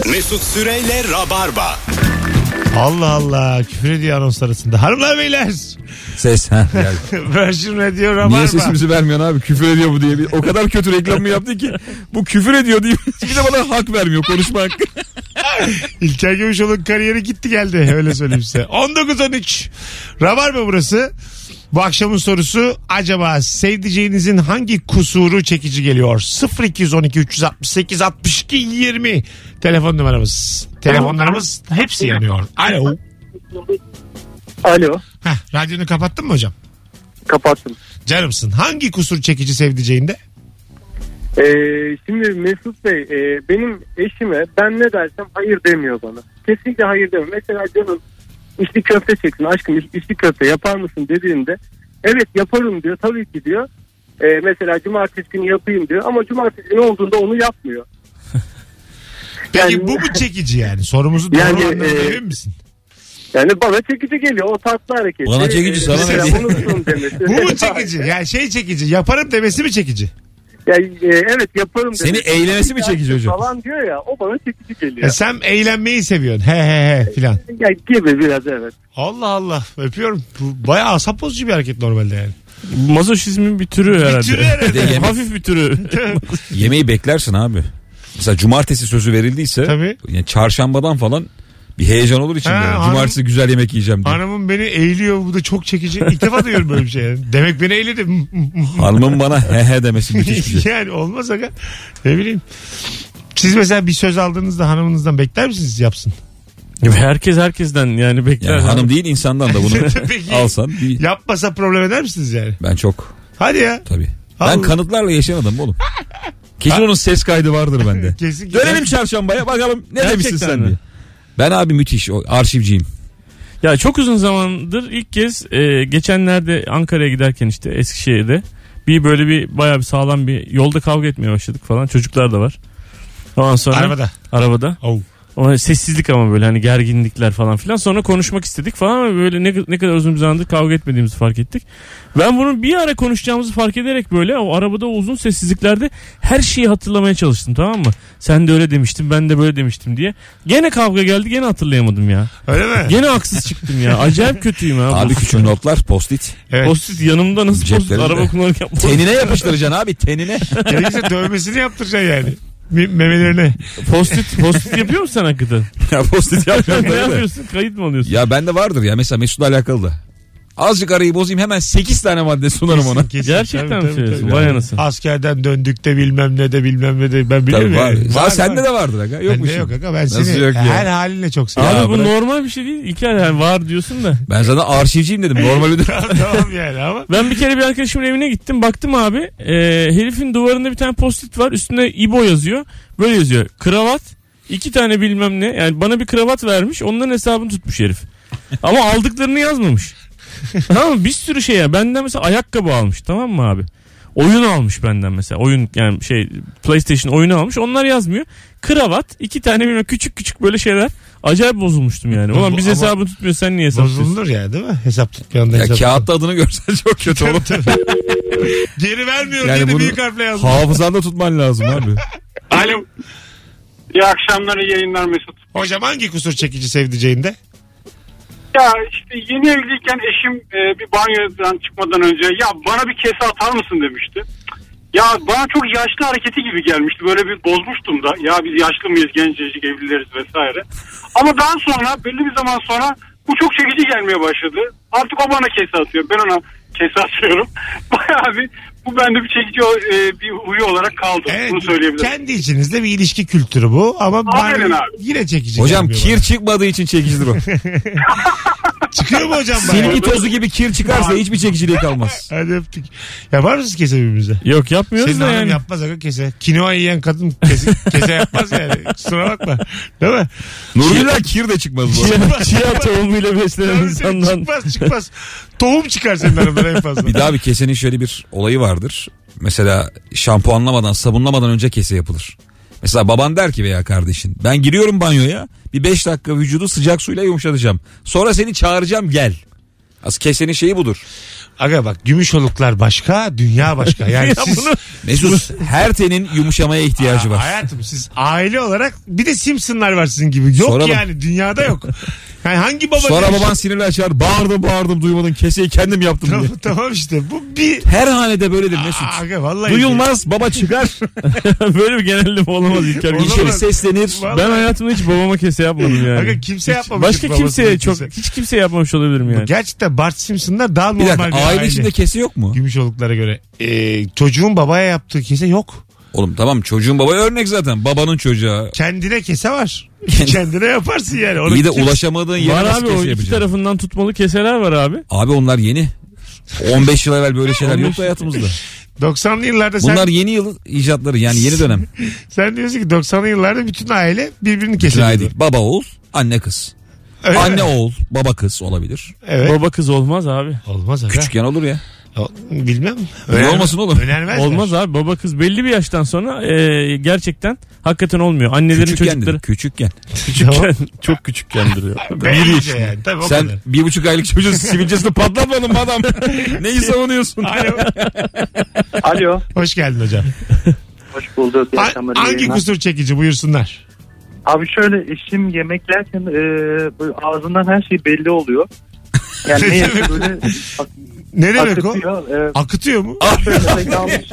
Mesut Süreyle Rabarba. Allah Allah, küfür ediyor anons arasında. Hanımlar beyler. Ses geldi. Virgin Radio Rabarba. Niye sesimizi vermiyorsun abi? Küfür ediyor bu diye. O kadar kötü reklamı yaptı ki. Bu küfür ediyor diye bir de bana hak vermiyor konuşma hakkı. İlker Gümüşoğlu'nun kariyeri gitti geldi. Öyle söyleyeyim size. 19-13. Rabarba burası. Bu akşamın sorusu, acaba sevdiceğinizin hangi kusuru çekici geliyor? 0212 368 62 20 telefon numaramız. Telefonlarımız hepsi yanıyor. Alo. Alo. Radyonu kapattın mı hocam? Kapattım. Canımsın. Hangi kusur çekici sevdiceğinde? Şimdi Mesut Bey, benim eşime ben ne dersem hayır demiyor bana. Kesinlikle hayır demiyor. Mesela canım içli köfte çeksin, aşkım içli köfte yapar mısın dediğinde evet yaparım diyor, tabii ki diyor. Mesela cumartesi günü yapayım diyor ama cumartesi günü olduğunda onu yapmıyor. Peki Yani- bu mu çekici yani? Sorumuzu doğru Yani, anladın, emin misin? Yani bana çekici geliyor o tatlı hareket. Bana çekici, sana ne mesela diye? unuttum demesi. Bu mu çekici? Yani şey çekici, yaparım demesi mi çekici? Yani, evet yaparım Seni demesi. eğlemesi mi çekici hocam? Falan diyor ya, o bana çekici geliyor. Sen eğlenmeyi seviyorsun. He filan. Ya gibi biraz, evet. Allah Allah, öpüyorum. Bu bayağı asap bozucu bir hareket normalde yani. Mazoşizmin bir türü herhalde. türü herhalde. Bir de yemek- Hafif bir türü. Yemeği beklersin abi. Mesela cumartesi sözü verildiyse Tabii. yani çarşambadan falan bir heyecan olur içinde. Ha, Cumartesi güzel yemek yiyeceğim diye. Hanımım beni eğiliyor, bu da çok çekici. İlk defa duyuyorum böyle bir şey yani. Demek beni eğledi. Hanımın bana he demesi müthiş bir şey. Yani olmaz aga. Ne bileyim. Siz mesela bir söz aldığınızda hanımınızdan bekler misiniz yapsın? Herkes herkesten yani bekler. Yani hanım değil insandan da bunu Peki. alsan. Yapmasa problem eder misiniz yani? Ben çok Hadi ya. tabii. Allah. Ben kanıtlarla yaşayan adamım oğlum. Kesin onun ses kaydı vardır bende. Kesin. Dönelim çarşambaya bakalım ne Gerçekten demişsin sen mi? diye. Ben abi müthiş arşivciyim. Ya çok uzun zamandır ilk kez geçenlerde Ankara'ya giderken işte Eskişehir'de böyle bir bayağı bir sağlam bir yolda kavga etmeye başladık falan. Çocuklar da var. Ondan sonra arabada. Oh. Ama sessizlik ama böyle hani gerginlikler falan filan. Sonra konuşmak istedik falan ama böyle ne kadar uzun bir zamandır kavga etmediğimizi fark ettik. Ben bunun bir ara konuşacağımızı fark ederek böyle o arabada o uzun sessizliklerde her şeyi hatırlamaya çalıştım, tamam mı? Sen de öyle demiştin, ben de böyle demiştim diye. Gene kavga geldi, gene hatırlayamadım ya. Öyle mi? Gene haksız çıktım ya. Acayip kötüyüm ha. Abi küçük notlar post-it. Evet. Post-it yanımda nasıl post-it Ceplerinde. araba kullanırken Tenine yapıştıracaksın abi tenine. Gerekirse dövmesini yaptıracaksın yani. Memelerine. Post-it yapıyor musun sen hakikaten? Ya post-it yapıyorum Ne tabii de. yapıyorsun? Kayıt mı alıyorsun? Ya bende vardır ya mesela Mesut'la alakalı da. Azıcık arayı bozayım hemen 8 tane madde sunarım ona. Kesin. Gerçekten Tabii, mi söylüyorsun? tabii. Vay anasını. Askerden döndük de bilmem ne de ben biliyorum Tabii var. yani. Zaten sende de vardır aga. Yok mu Bende şimdi? yok aga, ben Nasıl seni yok ya? her halinle çok seviyorum. Abi Ya bu bırak. normal bir şey değil. İlker yani var diyorsun da. Ben sana arşivciyim dedim. Normali de. Tamam yani ama. Ben bir kere bir arkadaşımın evine gittim. Baktım abi herifin duvarında bir tane post-it var. Üstünde İbo yazıyor. Böyle yazıyor. Kravat, 2 tane bilmem ne. Yani bana bir kravat vermiş. Onların hesabını tutmuş herif. Ama aldıklarını yazmamış. Tamam mı? Bir sürü şey ya. Benden mesela ayakkabı almış. Tamam mı abi? Oyun almış benden mesela. Oyun yani PlayStation oyunu almış. Onlar yazmıyor. Kravat, 2 tane bilmem küçük böyle şeyler. Acayip bozulmuştum yani. Ulan biz Ama- hesabını tutmuyor, sen niye hesaplıyorsun? Bozulur ya, değil mi? Hesap tutmayan da Ya hesap. kağıtta adını görsen çok kötü oğlum. Geri vermiyor Yani diye de bunu büyük harfle yazmış. hafızanda tutman lazım abi. Alo. İyi akşamlar, iyi yayınlar Mesut. Hocam hangi kusur çekici sevdiceğinde? Ya işte yeni evliyken eşim bir banyodan çıkmadan önce ya bana bir kese atar mısın demişti. Ya bana çok yaşlı hareketi gibi gelmişti. Böyle bir bozmuştum da. Ya biz yaşlı mıyız, gencecik evlileriz vesaire. Ama daha sonra belli bir zaman sonra bu çok çekici gelmeye başladı. Artık o bana kese atıyor. Ben ona kese atıyorum. Bayağı bir bu bende bir çekici bir huyu olarak kaldı. Evet, Bunu söyleyebilirim. kendi içinizde bir ilişki kültürü bu ama Aynen bana abi. yine çekici Hocam gelmiyor kir çıkmadığı için çekicidir o. bana. Çıkıyor mu hocam bayağı? Silgi tozu gibi kir çıkarsa hiçbir çekiciliği kalmaz. Hadi öptük. Yapar mısınız kese birbirimize? Yok yapmıyoruz Senin da hanım yani. yapmaz aga kese. Kinoa yiyen kadın kese yapmaz yani. Kusura bakma. Değil mi? Nurgül'den kir de çıkmaz bu arada. Chia tohumuyla beslenen insandan. Çıkmaz. Tohum çıkar senin hanımdan en fazla. Bir daha bir kesenin şöyle bir olayı vardır. Mesela şampuanlamadan, sabunlamadan önce kese yapılır. Mesela baban der ki veya kardeşin, ben giriyorum banyoya, bir 5 dakika vücudu sıcak suyla yumuşatacağım. Sonra seni çağıracağım, gel. Aslında kesenin şeyi budur. Aga bak Gümüşoluklar başka, dünya başka. Yani Ya siz... bunu- Mesut her tenin yumuşamaya ihtiyacı var. Hayatım siz aile olarak bir de Simpsonlar var sizin gibi. Yok Soralım. yani dünyada yok. Yani hangi baba... Sonra baban sinirli açar. Bağırdım duymadın. Keseyi kendim yaptım diye. Tamam işte bu bir... Her hanede böyledir Mesut. Aga vallahi... Duyulmaz baba çıkar. Böyle bir genelleme olamaz İlker Olamaz. Gümüşoluk. İçeri seslenir. Vallahi- Ben hayatımda hiç babama kese yapmadım yani. Aga kimse yapmamış. Başka kimseye hiç kimse yapmamış olabilirim yani. Gerçekten Bart Simpson'lar daha Bir normal dakika bir aile içinde kese yok mu? Gümüşoluklara göre. Çocuğun babaya yaptığı kese yok. Oğlum tamam çocuğun babaya örnek zaten. Babanın çocuğa. Kendine kese var. Kendine yaparsın yani. Onu İyi de kimse- ulaşamadığın yere Var nasıl abi o kese iki yapacaksın? tarafından tutmalı keseler var abi. Abi onlar yeni. 15 yıl evvel böyle şeyler 15 yoktu hayatımızda. 90'lı yıllarda Bunlar yeni yıl icatları yani yeni dönem. sen diyorsun ki 90'lı yıllarda bütün aile birbirini Bütün kesiyordu. aile değil. Baba oğul, anne kız. Öyle Anne mi? oğul, baba kız olabilir. Evet. Baba kız olmaz abi. Olmaz aga. Küçükken olur ya. Bilmem. Niye olmasın oğlum? Önermezler. Olmaz abi, baba kız belli bir yaştan sonra gerçekten hakikaten olmuyor. Annelerin Küçükken çocukları dedim, küçükken. küçükken çok küçükkendir ya. Bence yani. Tabii o Sen kadar. 1,5 aylık çocuğun sivilcesini patlatmadın mı adam? Neyi savunuyorsun? Alo. Alo. Hoş geldin hocam. Hoş bulduk. İyi akşamlar, iyi Hangi yayınlar. kusur çekici buyursunlar. Abi şöyle eşim yemek yerken böyle ağzından her şey belli oluyor. Yani ne yapıyor böyle Ne demek o? akıtıyor. Akıtıyor mu? Böyle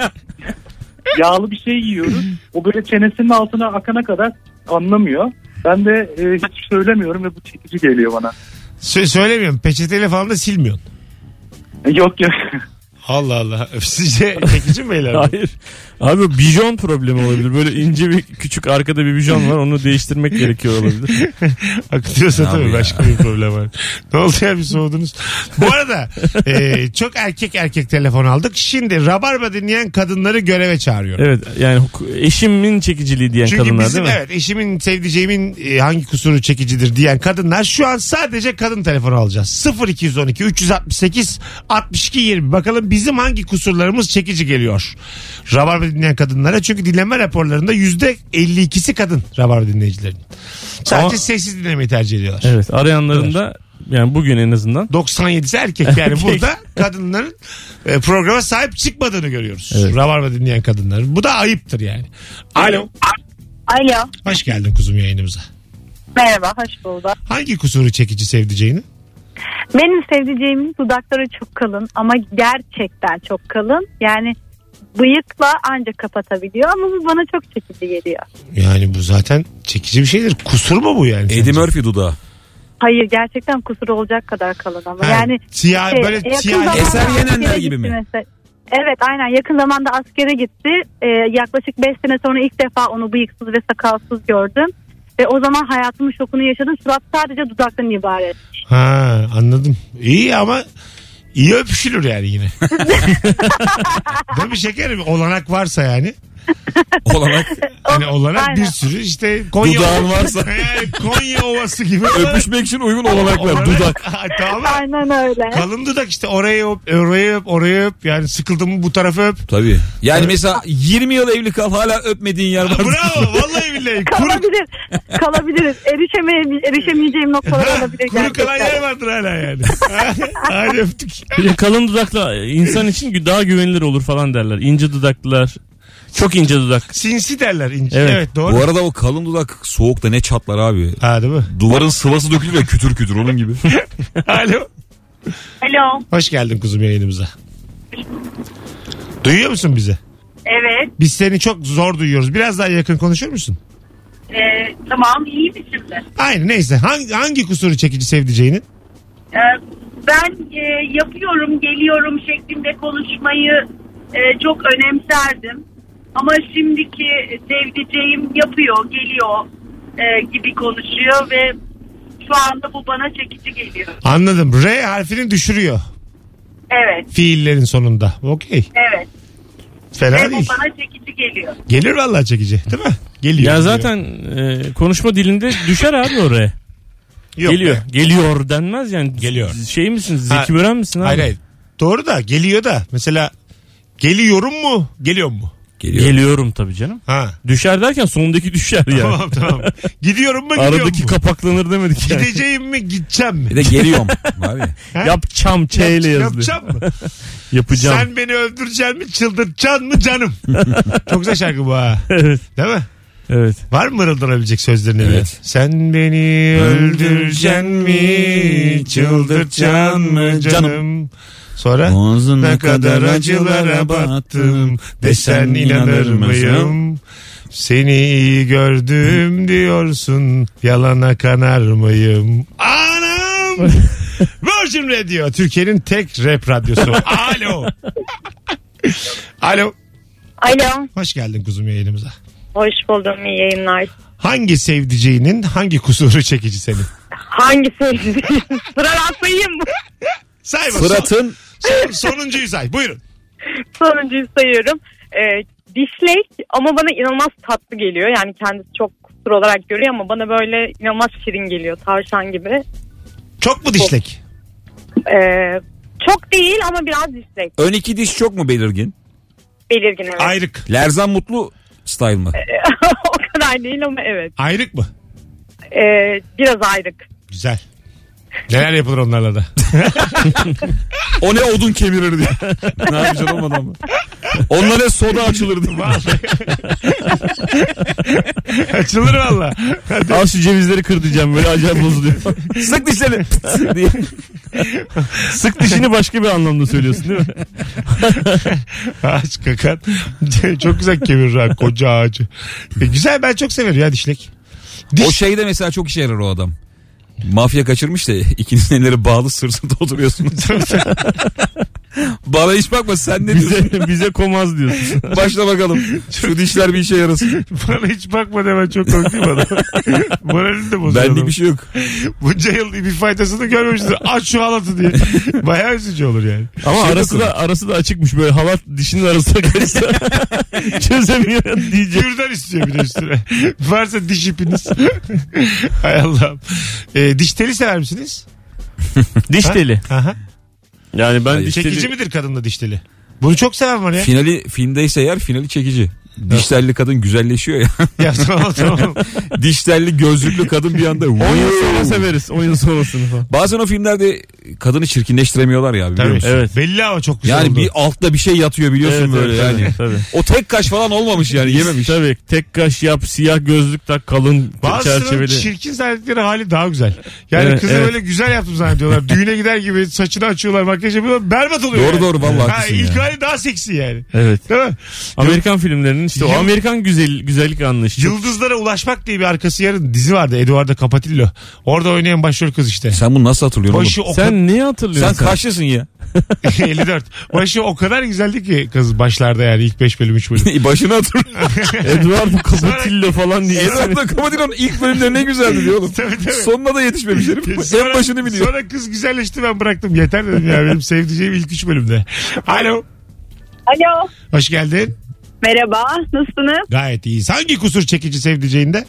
yağlı bir şey yiyoruz. O böyle çenesinin altına akana kadar anlamıyor. Ben de hiç söylemiyorum ve bu çekici geliyor bana. Söylemiyorum. Peçeteyle falan da silmiyorsun. Yok. Allah Allah. Sizce çekici mi beyler? Hayır. Abi bijon problemi olabilir. Böyle ince bir küçük arkada bir bijon var. Onu değiştirmek gerekiyor olabilir. Akıtıyorsa tabii ya. başka bir problem var. Ne oldu ya bir soğudunuz. Bu arada çok erkek telefon aldık. Şimdi Rabarba dinleyen kadınları göreve çağırıyorum. Evet yani eşimin çekiciliği diyen Çünkü kadınlar bizim değil mi? evet eşimin sevdiceğimin hangi kusuru çekicidir diyen kadınlar şu an sadece kadın telefonu alacağız. 0212 368 62 20. Bakalım bizim hangi kusurlarımız çekici geliyor. Rabarba dinleyen kadınlara, çünkü dinleme raporlarında %52'si kadın Rabarba dinleyicilerin. Sadece Ama- sessiz dinlemeyi tercih ediyorlar. Evet, arayanların da yani bugün en azından 97'si erkek. Yani Erkek. burada kadınların programa sahip çıkmadığını görüyoruz. Evet. Rabarba dinleyen kadınların. Bu da ayıptır yani. Alo. Alo. Hoş geldin kuzum yayınımıza. Merhaba, hoş bulduk. Hangi kusuru çekici sevdiceğini? Benim sevdiceğimin dudakları çok kalın ama gerçekten çok kalın. Yani bıyıkla ancak kapatabiliyor ama bu bana çok çekici geliyor. Yani bu zaten çekici bir şeydir. Kusur mu bu yani? Eddie sence? Murphy dudağı. Hayır, gerçekten kusur olacak kadar kalın ama. Ha, Yani siyah, böyle yakın siyah zamanda Eser Yenenler askere gibi gitti mi? mesela. Evet, aynen, yakın zamanda askere gitti. Yaklaşık 5 sene sonra ilk defa onu bıyıksız ve sakalsız gördüm. Ve o zaman hayatımın şokunu yaşadım. Surat sadece dudaktan ibaret. Ha, anladım. İyi ama iyi öpüşülür yani yine. Değil mi şekerim? Olanak varsa yani. Olanak Hani olanak Aynen. bir sürü işte Konya, dudağın varsa Yani Konya Ovası gibi. öpüşmek için uygun olanaklar dudak. Ha, tamam. Aynen öyle. Kalın dudak işte, orayı öp, orayı öp, orayı öp. Yani sıkıldın mı bu tarafı öp. Tabii. Yani mesela 20 yıl evli kal hala öpmediğin yer var. Bravo, vallahi billahi. Kalabiliriz. Erişemeyeceğim noktalar olabilir. Kuru kalan gerçekten. yer vardır hala yani. Hadi öptük. bir de kalın dudakla insan için daha güvenilir olur falan derler. İnce dudaklılar. Çok ince dudak. Sinsi derler. İnce. Evet. Evet doğru. Bu arada o kalın dudak soğukta ne çatlar abi. Ha değil mi? Duvarın sıvası dökülür ya kütür kütür onun gibi. Alo. Alo. Hoş geldin kuzum yayınımıza. Duyuyor musun bizi? Evet. Biz seni çok zor duyuyoruz. Biraz daha yakın konuşur musun? Tamam, iyi mi şimdi? Aynen, neyse. Hangi kusuru çekici sevdiceğinin? Ben yapıyorum, geliyorum şeklinde konuşmayı çok önemserdim. Ama şimdiki sevdiceğim yapıyor, geliyor gibi konuşuyor ve şu anda bu bana çekici geliyor. Anladım. R harfini düşürüyor Evet, fiillerin sonunda. Okey. evet. Fena Ve bu değil. bana çekici geliyor. Gelir vallahi çekici değil mi? Geliyor. Ya zaten konuşma dilinde düşer abi oraya. Yok Geliyor. be. Geliyor denmez yani. Geliyor. Şey misin? Ha, Zeki Müren misin abi? Hayır hayır. Doğru da geliyor da. Mesela geliyorum mu? Geliyor mu? Geliyorum tabii canım. Ha. Düşer derken sondaki düşer yani. Tamam. Gidiyorum mu gidiyorum Aradaki mu? kapaklanır demedik yani. Gideceğim mi gideceğim mi? Bir de geliyorum abi. Ha? Yapacağım Ç ile yazılıyor. Yapacağım mı? Yapacağım. Sen beni öldüreceksin mi çıldırtacaksın mı canım? Çok güzel şarkı bu ha. Evet. Değil mi? Evet. Var mı mırıldanabilecek sözlerini? Evet. Sen beni öldüreceksin mi çıldırtacaksın mı canım? Sonra ne kadar acılara battım desen inanır mıyım? Seni iyi gördüm diyorsun yalana kanar mıyım? Anam! Virgin Radio Türkiye'nin tek rap radyosu. Alo. Alo. Alo. Hoş geldin kuzum yayınımıza. Hoş buldum. İyi yayınlar. Hangi sevdiceğinin hangi kusuru çekici senin? Hangisi? Sıradan sayayım mı? Say bak. Fırat'ın Sonuncuyu say. Buyurun. Sonuncuyu sayıyorum. Dişlek ama bana inanılmaz tatlı geliyor. Yani kendisi çok kusur olarak görüyor ama bana böyle inanılmaz şirin geliyor. Tavşan gibi. Çok mu dişlek? Çok değil ama biraz dişlek. ön iki diş çok mu belirgin? Belirgin evet. Ayrık. Lerzan Mutlu style mı? O kadar değil ama evet. Ayrık mı? Biraz ayrık. Güzel. Neler yapılır onlarla da? O ne odun kemirir diye. Ne yapacaksın olmadan mı? Onunla ne soda açılır diye. Açılır valla. Al şu cevizleri kır diyeceğim böyle acayip bozuluyor. Sık dişleri diye. Sık dişini başka bir anlamda söylüyorsun değil mi? Ağaç kakan. Çok güzel kemirir ha koca ağacı. Güzel ben çok severim ya dişlek. O şeyde mesela çok işe yarar o adam. Mafya kaçırmış da ikinizin elleri bağlı sırt sırta oturuyorsunuz. Bana hiç bakma sen ne diyorsun? Bize komaz diyorsun. Başla bakalım. Şu dişler bir işe yarasın. Bana hiç bakma deme çok komik değil mi adam? Moralini de bozuyor. Benlik bir şey yok. Bunca yıl bir faydasını görmemiştir. Aç şu halatı diye. Bayağı üzücü olur yani. Ama arası da açıkmış böyle halat dişinin arasına karışsa çözemiyor diyeceğim. Kürdan istiyor bir de üstüne. Varsa diş ipiniz. Hay Allah'ım. Diş teli sever misiniz? Diş teli. Aha. Yani ben Hayır. diş Çekici teli... midir kadında diş teli? Bunu çok seven var ya. Finali filmdeyse eğer finali çekici. Diş telli kadın güzelleşiyor ya. Ya tamam. Diş telli gözlüklü kadın bir anda. 10 yıl sonra severiz. 10 yıl sonrasını falan. Bazen o filmlerde kadını çirkinleştiremiyorlar ya biliyor Tabii. musun? Evet. Belli ama çok güzel Yani oldu. bir altta bir şey yatıyor biliyorsun Evet, böyle evet, yani. tabii. O tek kaş falan olmamış yani yememiş. Tabii tek kaş yap siyah gözlük tak kalın Bazısının çerçeveli. çirkin zannettikleri hali daha güzel. Yani Evet, kızı evet. böyle güzel yaptım zannediyorlar. Düğüne gider gibi saçını açıyorlar, makyaj yapıyorlar. Berbat oluyor. Doğru yani. doğru vallahi haklısın İlk ya. hali daha seksi yani. Evet. Değil mi? Amerikan filmlerinin işte o Amerikan güzellik anlayışı. Yıldızlara Ulaşmak diye bir arkası yarın dizi vardı. Eduardo Capatillo. Orada oynayan başrol kız işte. Sen bunu nasıl hatırlıyorsun Başı oğlum? o kadar... Sen neyi hatırlıyorsun? Sen kaçlısın ya? 54. Başı o kadar güzeldi ki kız başlarda yani ilk 5 bölüm 3 bölüm. Başını hatırlıyorum. Eduardo Capatillo falan diye. Eduardo Capatillo'nun ilk bölümleri ne güzeldi diyor oğlum. Tabii. Sonuna da yetişmemiş herif. En başını biliyor. Sonra kız güzelleşti ben bıraktım. Yeter dedim ya benim sevdiceğim ilk 3 bölümde. Alo. Alo. Hoş geldin. Merhaba. Nasılsınız? Gayet iyiyiz. Hangi kusur çekici sevdiceğinde?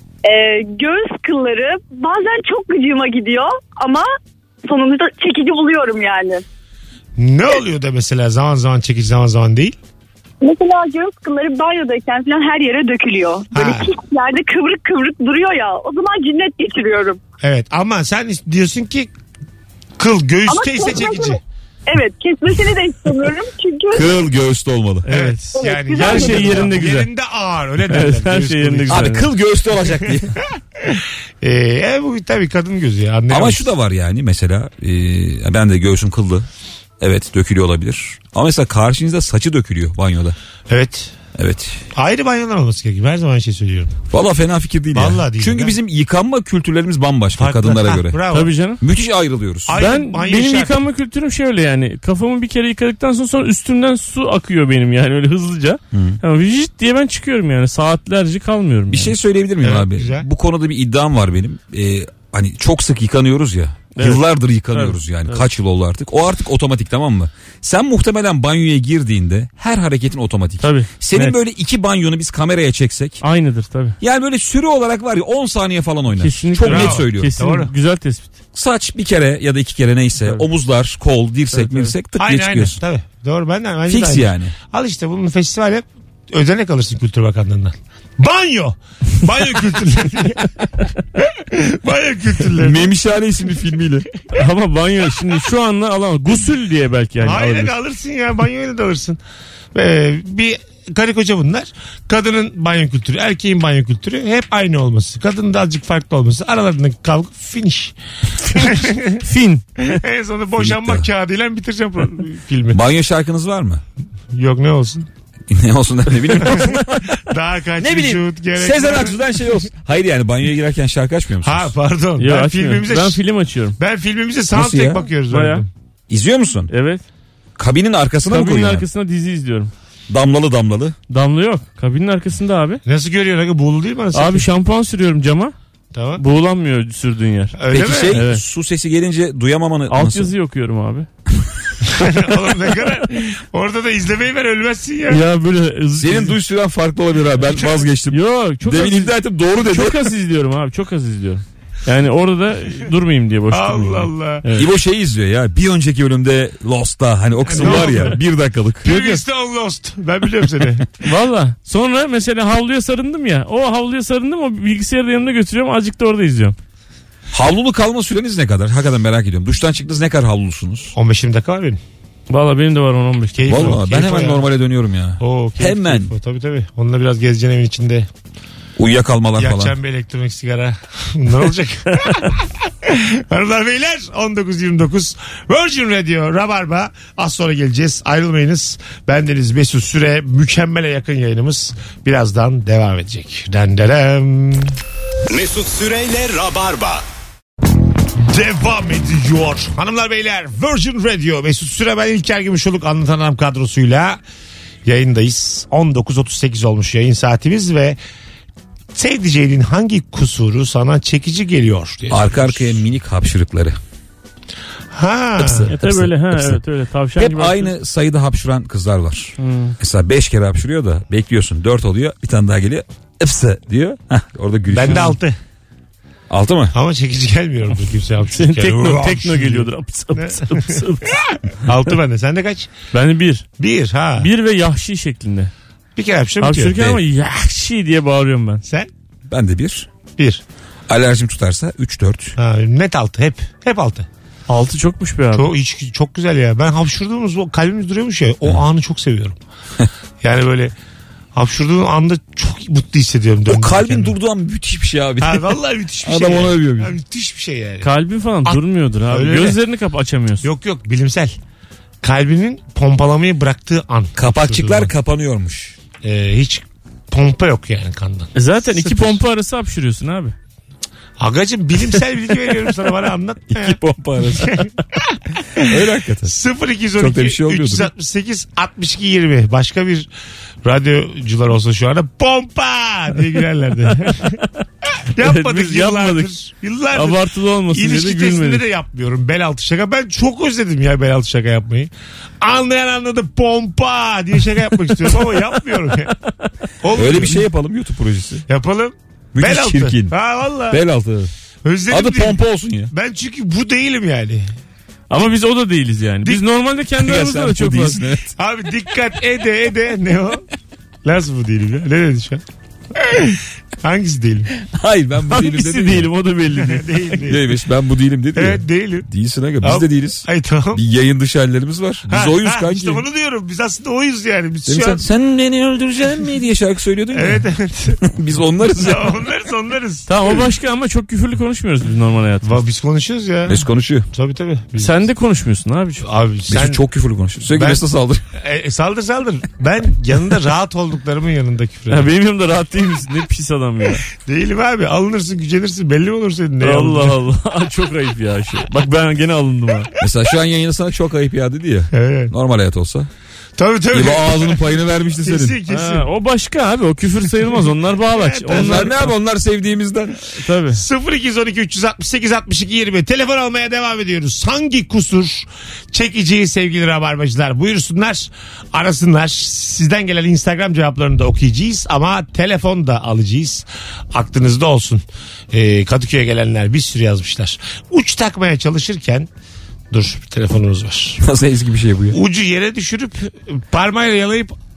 Göğüs kılları bazen çok gıcığıma gidiyor ama sonunda çekici buluyorum yani. Ne oluyor da mesela zaman zaman çekici zaman zaman değil? Mesela göğüs kılları banyodayken falan her yere dökülüyor. Böyle Ha. pis yerde kıvrık kıvrık duruyor ya. O zaman cinnet geçiriyorum. Evet ama sen diyorsun ki kıl göğüste ise çekici. Evet, kesmesini de istemiyorum çünkü Kıl göğüste olmalı. Evet. Yani güzel. Her şey yerinde güzel. Yerinde ağır öyle derler. Evet, her Göğüs şey kılı yerinde için. güzel. Abi kıl göğüste olacak diye. Bu tabii kadın gözü ya. Anlayamaz. Ama şu da var yani mesela ben de göğsüm kıllı. Evet dökülüyor olabilir. Ama mesela karşınızda saçı dökülüyor banyoda. Evet. Evet. Ayrı banyolar olması gerekiyor. Her zaman şey söylüyorum. Valla fena fikir değil Vallahi ya. değil Çünkü ya. bizim yıkanma kültürlerimiz bambaşka Farklı. kadınlara Ha, göre. Bravo. Tabii canım. Müthiş ayrılıyoruz. Ayrı banyo Benim şart. yıkanma kültürüm şöyle yani kafamı bir kere yıkadıktan sonra üstümden su akıyor benim yani öyle hızlıca. Ama vijit diye ben çıkıyorum yani saatlerce kalmıyorum. Bir yani. şey söyleyebilir miyim Evet, abi? güzel. Bu konuda bir iddiam var benim. Hani çok sık yıkanıyoruz ya. Evet. Yıllardır yıkanıyoruz Tabii, yani. tabii. Kaç yıl oldu artık. O artık otomatik tamam mı? Sen muhtemelen banyoya girdiğinde her hareketin otomatik. Tabii. Senin Evet. böyle iki banyonu biz kameraya çeksek. Aynıdır tabii. Yani böyle süre olarak var ya 10 saniye falan oynar. Kesinlikle. Çok net Bravo. söylüyorum. Kesin Doğru. güzel tespit. Saç bir kere ya da iki kere neyse. Tabii. Omuzlar, kol, dirsek, Tabii, tabii. mirsek tık diye Aynen aynen. çıkıyorsun. Tabii. Doğru bence de Fix aynı. yani. Al işte bunun festival yap. ödenek alırsın Kültür Bakanlığı'ndan. Banyo. Banyo kültürleri. Banyo kültürleri. Memişhane isimli filmiyle. Ama banyo şimdi şu anda alamam. Gusül diye belki yani. Hayır alabilir. alırsın ya. Banyoyla da alırsın. Bir karı koca bunlar. Kadının banyo kültürü, erkeğin banyo kültürü hep aynı olması. Kadının da azıcık farklı olması. Aralarındaki kavga finish. Fin. En sonunda boşanmak kağıdıyla bitireceğim filmi. Banyo şarkınız var mı? Yok ne olsun? Ne olsun ne bileyim. Daha kaç Ne bileyim. şut gerek. Sezen Aksu'dan şey olsun. Hayır yani banyoya girerken şarkı açmıyor musunuz? Ha pardon. Ya, Ben açmıyorum. filmimize Ben film açıyorum. filmimize Nasıl ya? soundtrack bakıyoruz. Baya. orada. İzliyor musun? Evet. Kabinin arkasına mı Kabinin koyuyorsun? arkasına dizi izliyorum. Damlalı damlalı. Damla yok. Kabinin arkasında abi. Nasıl görüyorsun? Aga? Buğulu değil mi? Anasını? Abi şampuan sürüyorum cama. Tamam. Buğulanmıyor sürdüğün yer. Öyle Peki mi? şey Evet. su sesi gelince duyamamanı Alt nasıl? yazı okuyorum abi. Oğlum ne kadar. Orada da izlemeyi ver ölmezsin ya. Ya böyle Senin duy süren farklı olabilir abi. Ben vazgeçtim. Yok çok Demin az, iddia ettim doğru dedi. çok az izliyorum abi. Çok az izliyorum. Yani orada da durmayayım diye boş durmayayım. Allah Allah. Evet. İbo şey izliyor ya. Bir önceki bölümde Lost'ta hani o kısım Ne var oldu? ya 1 dakikalık. Previously on Lost. Ben biliyorum seni. Valla. Sonra mesela havluya sarındım ya. O havluya sarındım o bilgisayarı da yanımda götürüyorum. Azıcık da orada izliyorum. Havlulu kalma süreniz ne kadar? Hakikaten merak ediyorum. Duştan çıktınız ne kadar havlulusunuz? 15-20 dakika var benim. Valla benim de var 10-15. Keyif o, Vallahi ben keyif o hemen ya. normale dönüyorum ya. Oo, keyif, Hemen. keyif o. Tabii. Onunla biraz gezeceksin evin içinde. Uyuyakalmalar falan. Yakacağım bir elektronik sigara. Ne olacak? Hanımlar beyler 19.29 Virgin Radio Rabarba. Az sonra geleceğiz. Ayrılmayınız. Bendeniz Mesut Süre. Mükemmele yakın yayınımız birazdan devam edecek. Denderem. Mesut Süreyle Rabarba. Devam ediyor. Hanımlar beyler Virgin Radio Mesut Süre ben İlker Gümüşoluk Anlatan Adam kadrosuyla yayındayız. 19.38 olmuş yayın saatimiz ve sevdiceğinin hangi kusuru sana çekici geliyor diye Arka arkaya minik hapşırıkları. Ha. Tabii böyle ha Hepsi. evet öyle tavşan Hep gibi. aynı sayıda hapşuran kızlar var. Hmm. Mesela 5 kere hapşırıyor da bekliyorsun 4 oluyor bir tane daha geliyor. Ipsı diyor. Heh, orada gülüşüyor. Ben de 6. 6 mı? Ama çekici gelmiyorum bu kimseye. Senin tekno geliyordur. Apıs. 6 bende. Sende kaç? Ben de 1. 1 ha. 1 ve yahşi şeklinde. Bir kere hapşırım bitiyor. Hapşırırken ama yahşi diye bağırıyorum ben. Sen? Ben de 1. 1. Alerjim tutarsa 3-4. Ha, net 6 hep. Hep 6. 6 çokmuş be abi. Çok güzel ya. Ben hapşırdığımız o kalbimiz duruyormuş ya. O anı çok seviyorum. Yani böyle hapşırdığım anda çok mutlu hissediyorum. O kalbin kendimi. durduğu an müthiş bir şey abi. Ha, vallahi müthiş bir şey. Adam ya. onu övüyor. Ya, müthiş bir şey yani. Kalbin falan durmuyordur abi. Öyle. Gözlerini açamıyorsun. Yok bilimsel. Kalbinin pompalamayı bıraktığı an. Kapakçıklar Hapşırdığım kapanıyormuş. an. Hiç pompa yok yani kandan. Zaten 2 Sıfır. pompa arası hapşırıyorsun abi. Agacım bilimsel bilgi veriyorum sana bana anlatma ya. 2 pompa arası. Öyle hakikaten. 0212 Çok da bir şey olmuyordur. 368 62 20 başka bir radyocular olsa şu anda pompa diye girerlerdi. Yapmadık biz yıllardır. yapmadık. Yıllardır. Abartılı olmasın diye de İlişki testinde gülmedik. de yapmıyorum bel altı şaka. Ben çok özledim ya bel altı şaka yapmayı. Anlayan anladı pompa diye şaka yapmak istiyorum ama yapmıyorum ya. Olmuyor. Öyle bir şey yapalım YouTube projesi. Yapalım. Müthiş Bel altı. çirkin. Ha valla. Bel altı. Özledim Adı diye. pompa olsun ya. Ben çünkü bu değilim yani. Ama biz o da değiliz yani. Biz normalde kendi Ya aramızda sen da çok bu değilsin, fazla. evet. Abi dikkat ede ne o? Nasıl bu değilim ya? Ne dedi şu an? Hangisi değilim? Hayır ben bu değilim Hangisi dedim. değilim o da belli değil. Değil. Neymiş ben bu değilim dedi ya. Evet değilim. Değilsin aga biz Abi- de değiliz. Ay tamam. Bir yayın dışı hallerimiz var. Biz oyuz kanki. İşte onu diyorum. Biz aslında oyuz yani. Biz Demin şu sen, an... sen beni öldüreceksin mi diye şarkı söylüyordun ya. Evet. Biz onlarız ya. Ya onlarız. Tamam o başka ama çok küfürlü konuşmuyoruz biz normal hayatımızda. Biz konuşuyoruz ya. Mesut konuşuyor. Tabii. Biz... Sen de konuşmuyorsun abiciğim. Abi Mesut sen... çok küfürlü konuşuyor. Sürekli Ben- Mesut'a saldır. Saldır. Ben yanında rahat olduklarımın yanında küfür Ya ederim. benim yanımda rahat değil misin? Ne pis adam ya. Değilim abi. Alınırsın, gücenirsin. Belli mi olur senin? Ne Allah yapacağın? Allah. Çok ayıp ya şey. Bak ben gene alındım ha. Mesela şu an yayında sana çok ayıp ya dedi ya. Evet. Normal hayat olsa. Tabii. İbo ağzının payını vermişti senin. Kesin. Ha, o başka abi. O küfür sayılmaz. Onlar bağlaç. Evet, Onlar ne abi onlar sevdiğimizden. Tabii. 0212 368 62 20 telefon almaya devam ediyoruz. Hangi kusur çekici sevgili rabarbacılar? Buyursunlar, arasınlar. Sizden gelen Instagram cevaplarını da okuyacağız ama telefon da alacağız. Aklınızda olsun. Kadıköy'e gelenler bir sürü yazmışlar. Uç takmaya çalışırken dur bir telefonumuz var. Nasıl eski bir şey bu ya. Ucu yere düşürüp parmağıyla yalayıp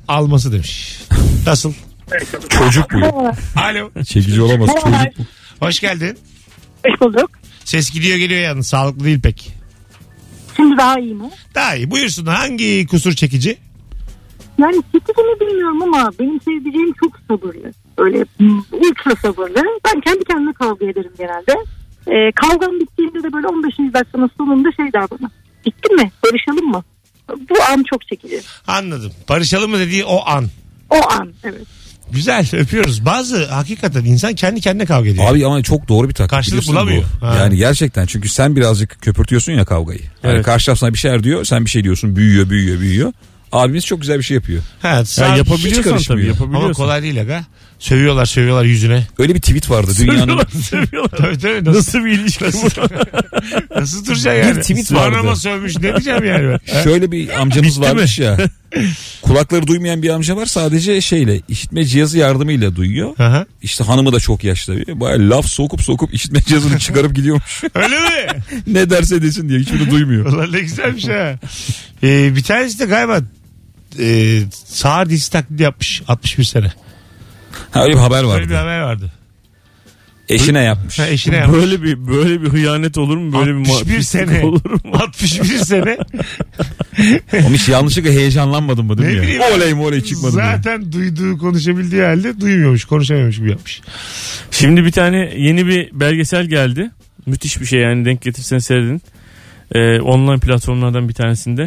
alması demiş. Nasıl? Çocuk bu. Alo. Çekici olamaz, çocuk bu. Hoş geldin. Hoş bulduk. Ses gidiyor geliyor yalnız. Sağlıklı değil pek. Şimdi daha iyi mi? Daha iyi. Buyursun. Hangi kusur çekici? Yani çekicini bilmiyorum ama benim sevdiceğim çok sabırlı. Öyle ultra sabırlı. Ben kendi kendime kavga ederim genelde. Kavgam bittiğinde de böyle 15. dakikanın sonunda şey der bana. Bitti mi? Barışalım mı? Bu an çok çekici. Anladım. Barışalım mı dediği o an. O an evet. Güzel, öpüyoruz. Bazı hakikaten insan kendi kendine kavga ediyor. Abi ama çok doğru bir taktik. Karşılık biliyorsun bulamıyor. bu. Ha. Yani gerçekten, çünkü sen birazcık köpürtüyorsun ya kavgayı. Yani Evet. karşı taraf sana bir şeyler diyor, sen bir şey diyorsun, büyüyor. Abimiz çok güzel bir şey yapıyor. Ha, Ya sağ- yapabiliyorsan karışmıyor. tabii ama yapabiliyorsan. kolay değil aga. Sövüyorlar yüzüne. Öyle bir tweet vardı dünyanın. Seviyorlar. Tabii. Nasıl, Nasıl bir ilişki bu? nasıl duracaksın yani? Bir tweet Anama vardı. sövmüş ne diyeceğim yani ben? Şöyle bir amcamız Bitti varmış ya. Kulakları duymayan bir amca var, sadece işitme cihazı yardımıyla duyuyor. Aha. İşte hanımı da çok yaşlı tabii. Bayağı laf sokup işitme cihazını çıkarıp gidiyormuş. Öyle mi? Ne derse desin diye, hiçbirini duymuyor. Ulan ne güzelmiş ha. Bir tanesi de galiba sağır dizisi taklidi yapmış 61 sene. Ha, öyle bir haber Böyle bir vardı. haber vardı. Eşine yapmış. Ha, eşine yapmış. Böyle bir hıyanet olur mu? Böyle 61 bir sene. olur mu? 61 sene. Onun hiç yanlışlıkla heyecanlanmadın mı değil Ne mi bileyim ya? ben. Oley çıkmadı diye. Zaten duyduğu konuşabildiği halde duymuyormuş, konuşamıyormuş gibi yapmış. Şimdi bir tane yeni bir belgesel geldi. Müthiş bir şey yani, denk getirsen seyredin. Online platformlardan bir tanesinde.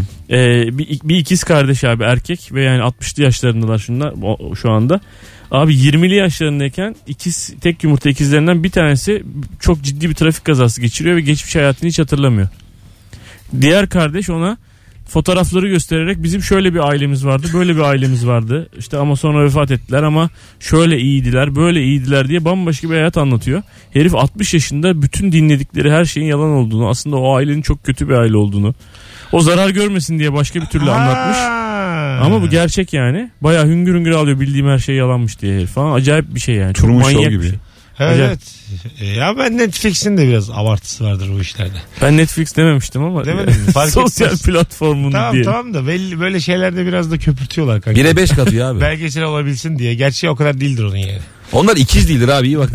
Bir ikiz kardeş abi, erkek ve yani 60'lı yaşlarındalar şu anda. Abi 20'li yaşlarındayken tek yumurta ikizlerinden bir tanesi çok ciddi bir trafik kazası geçiriyor ve geçmiş hayatını hiç hatırlamıyor. Diğer kardeş ona fotoğrafları göstererek bizim şöyle bir ailemiz vardı, böyle bir ailemiz vardı. İşte ama sonra vefat ettiler ama şöyle iyiydiler, böyle iyiydiler diye bambaşka bir hayat anlatıyor. Herif 60 yaşında bütün dinledikleri her şeyin yalan olduğunu, aslında o ailenin çok kötü bir aile olduğunu, o zarar görmesin diye başka bir türlü anlatmış. Ama bu gerçek yani. Bayağı hüngür hüngür alıyor, bildiğim her şey yalanmış diye herif falan. Acayip bir şey yani. Çok Truman manyak Show bir gibi. şey. Evet. Ya ben Netflix'in de biraz abartısı vardır bu işlerde. Ben Netflix dememiştim ama. Demedin mi? Fark Sosyal etmez. platformun diye. Tamam da belli böyle şeylerde biraz da köpürtüyorlar kanka. 1'e 5 katıyor abi. Belgesel olabilsin diye. Gerçi o kadar değildir onun yani. Onlar ikiz değildir abi, iyi bak.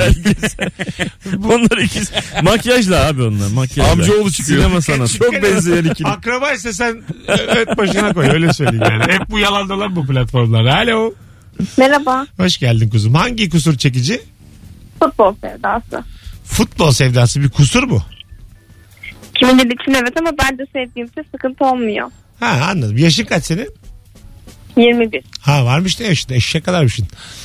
Onlar ikiz. Makyajla abi onlar. Makyajla. Amcaoğlu çıkıyor. Sinema sanatı. Çok benzeyen ikili. Akrabaysa sen öt başına koy, öyle söyleyeyim yani. Hep bu yalandalar bu platformlarda. Alo. Merhaba. Hoş geldin kuzum. Hangi kusur çekici? Futbol sevdası. Futbol sevdası bir kusur mu? Kimileri için evet ama ben de sevdiğimde sıkıntı olmuyor. Ha, anladım. Yaşın kaç senin? 21. Ha, varmış da yaşında. Eşek kadarmışsın.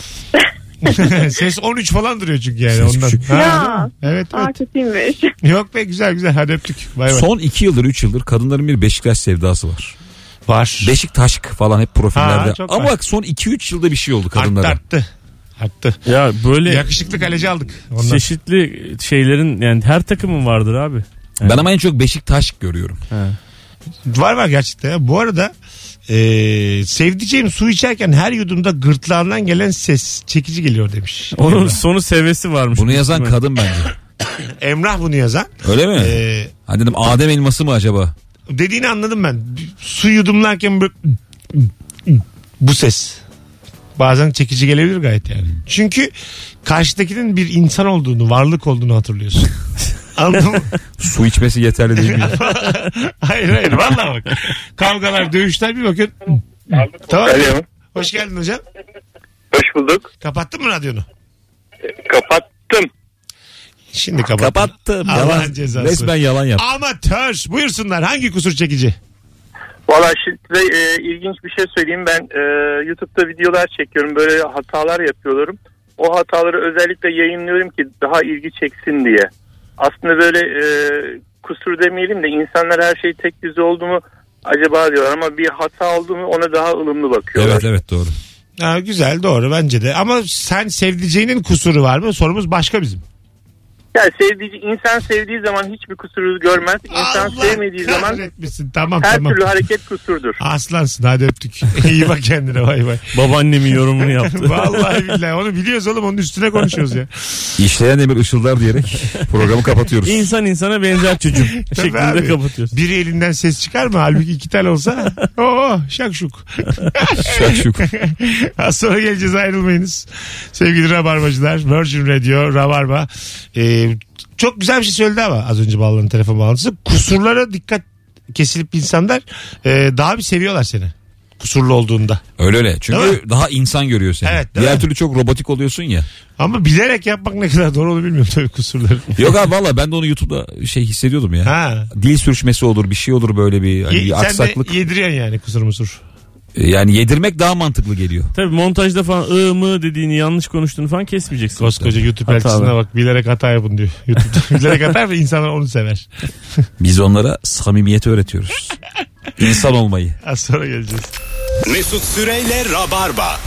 Ses 13 falan duruyor çünkü yani Ses ondan. küçük. Ha, Ya. evet. Kötüymüş. Yok be, güzel. Hadi öptük. Bay bay. Son 2 yıldır 3 yıldır kadınların bir Beşiktaş sevdası var. Var. Beşiktaş falan hep profillerde. Ha, çok Ama var. bak son 2-3 yılda bir şey oldu kadınlara. Arttı. Ya böyle Yakışıklı kaleci aldık. Ondan. çeşitli şeylerin yani her takımın vardır abi. Yani. Ben ama en çok Beşiktaş görüyorum. Var gerçekten ya. Bu arada sevdiceğim su içerken her yudumda gırtlağından gelen ses çekici geliyor demiş. Onun Emrah. sonu sevesi varmış. Bunu yazan kadın bence. Emrah bunu yazan. Öyle mi? Ee, Hadi dedim, Adem elması mı acaba? Dediğini anladım ben. Su yudumlarken böyle bu ses. Bazen çekici gelebilir gayet yani. Çünkü karşıdakinin bir insan olduğunu, varlık olduğunu hatırlıyorsun. Anladın mı? Su içmesi yeterli değil mi? Hayır vallahi bak. Kavgalar, dövüşler bir bakın. Tamam. Alo. Hoş geldin hocam. Hoş bulduk. Kapattın mı radyonu? Kapattım. Şimdi kapattım. Kapattım. Allah'ın Yalan. cezası. Resmen yalan yap. Amatör. Buyursunlar. Hangi kusur çekici? Valla şimdi ilginç bir şey söyleyeyim. Ben YouTube'da videolar çekiyorum. Böyle hatalar yapıyorum. O hataları özellikle yayınlıyorum ki daha ilgi çeksin diye. Aslında böyle kusur demeyelim de insanlar her şey tek düze oldu mu acaba diyorlar. Ama bir hata oldu mu ona daha ılımlı bakıyorlar. Evet doğru. Ha, güzel, doğru bence de. Ama sen sevdiceğinin kusuru var mı? Sorumuz başka bizim. Yani insan sevdiği zaman hiçbir kusuru görmez. İnsan sevmediği zaman tamam, her türlü hareket kusurdur. Aslansın, hadi öptük. İyi bak kendine, bay bay. Babaannemin yorumunu yaptı. Vallahi billahi onu biliyoruz oğlum, onun üstüne konuşuyoruz ya. İşleyen demir ışıldar diyerek programı kapatıyoruz. İnsan insana benzer çocuk şeklinde abi, kapatıyoruz. Biri elinden ses çıkar mı? Halbuki 2 tane olsa şakşuk. Şakşuk. Az sonra geleceğiz, ayrılmayınız. Sevgili Rabarbacılar, Virgin Radio Rabarba. Çok güzel bir şey söyledi ama az önce bağlanan telefon bağlantısı. Kusurlara dikkat kesilip insanlar daha bir seviyorlar seni. Kusurlu olduğunda. Öyle. Çünkü daha insan görüyor seni. Evet, diğer türlü çok robotik oluyorsun ya. Ama bilerek yapmak ne kadar doğru onu bilmiyorum tabii, kusurları. Yok abi valla ben de onu YouTube'da hissediyordum ya. Ha. Dil sürçmesi olur, bir şey olur, böyle bir aksaklık. Sen de yediriyorsun yani kusur musur. Yani yedirmek daha mantıklı geliyor. Tabii montajda falan mı dediğini, yanlış konuştuğunu falan kesmeyeceksin. Koskoca YouTube elçisine bak, bilerek hata yapın diyor. YouTube'da bilerek hata ve insanlar onu sever. Biz onlara samimiyeti öğretiyoruz. İnsan olmayı. Az sonra geleceğiz. Mesut Süreyle Rabarba.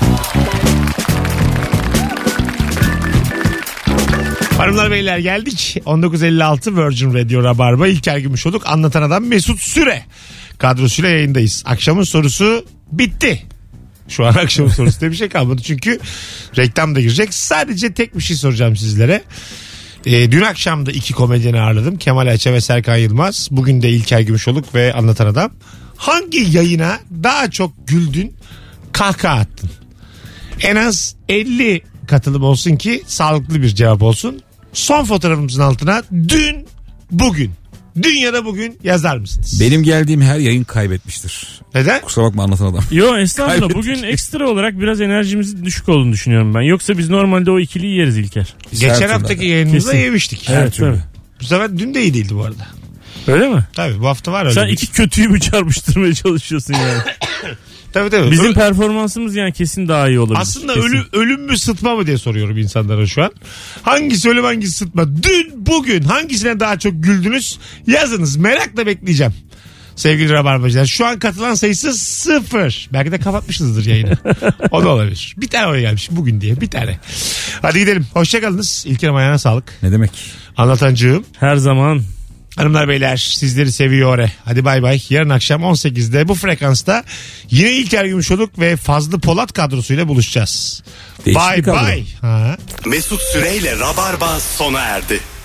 Hanımlar beyler, geldik. 19.56 Virgin Radio Rabarba. İlker Gümüşoluk, anlatan adam Mesut Süre kadrosuyla yayındayız. Akşamın sorusu bitti. Şu an akşamın sorusu diye bir şey kalmadı. Çünkü reklam da girecek. Sadece tek bir şey soracağım sizlere. Dün akşam da 2 komedyeni ağırladım. Kemal Ayça ve Serkan Yılmaz. Bugün de İlker Gümüşoluk ve anlatan adam. Hangi yayına daha çok güldün, kahkaha attın? En az 50 katılım olsun ki sağlıklı bir cevap olsun. Son fotoğrafımızın altına dün, bugün, dün ya da bugün yazar mısınız? Benim geldiğim her yayın kaybetmiştir. Neden? Kusura bakma anlatan adam. Yo estağfurullah, bugün ekstra olarak biraz enerjimizin düşük olduğunu düşünüyorum ben. Yoksa biz normalde o ikiliyi yeriz İlker. Geçen haftaki yayınımızda Kesin yemiştik. Evet, tabii. Bu sefer dün de iyi değildi bu arada. Öyle mi? Tabii bu hafta var öyle. Sen iki kötüyü mü çarpıştırmaya çalışıyorsun yani? Tabii. Bizim performansımız yani kesin daha iyi olabilir. Aslında kesin. ölüm mü sıtma mı diye soruyorum insanlara şu an. Hangisi ölüm, hangisi sıtma? Dün, bugün hangisine daha çok güldünüz? Yazınız, merakla bekleyeceğim. Sevgili Rabarbacılar, şu an katılan sayısı 0. Belki de kapatmışızdır yayını. O da olabilir. Bir tane oraya gelmiş bugün diye, bir tane. Hadi gidelim. Hoşçakalınız. İlker'im, ayağına sağlık. Ne demek? Anlatancığım. Her zaman. Hanımlar beyler, sizleri seviyor. Hadi bay bay. Yarın akşam 18'de bu frekansta yine İlker Gümüşoluk ve Fazlı Polat kadrosuyla buluşacağız. Değişik Bay bir kadro. bay. Mesut Süreyle Rabarba sona erdi.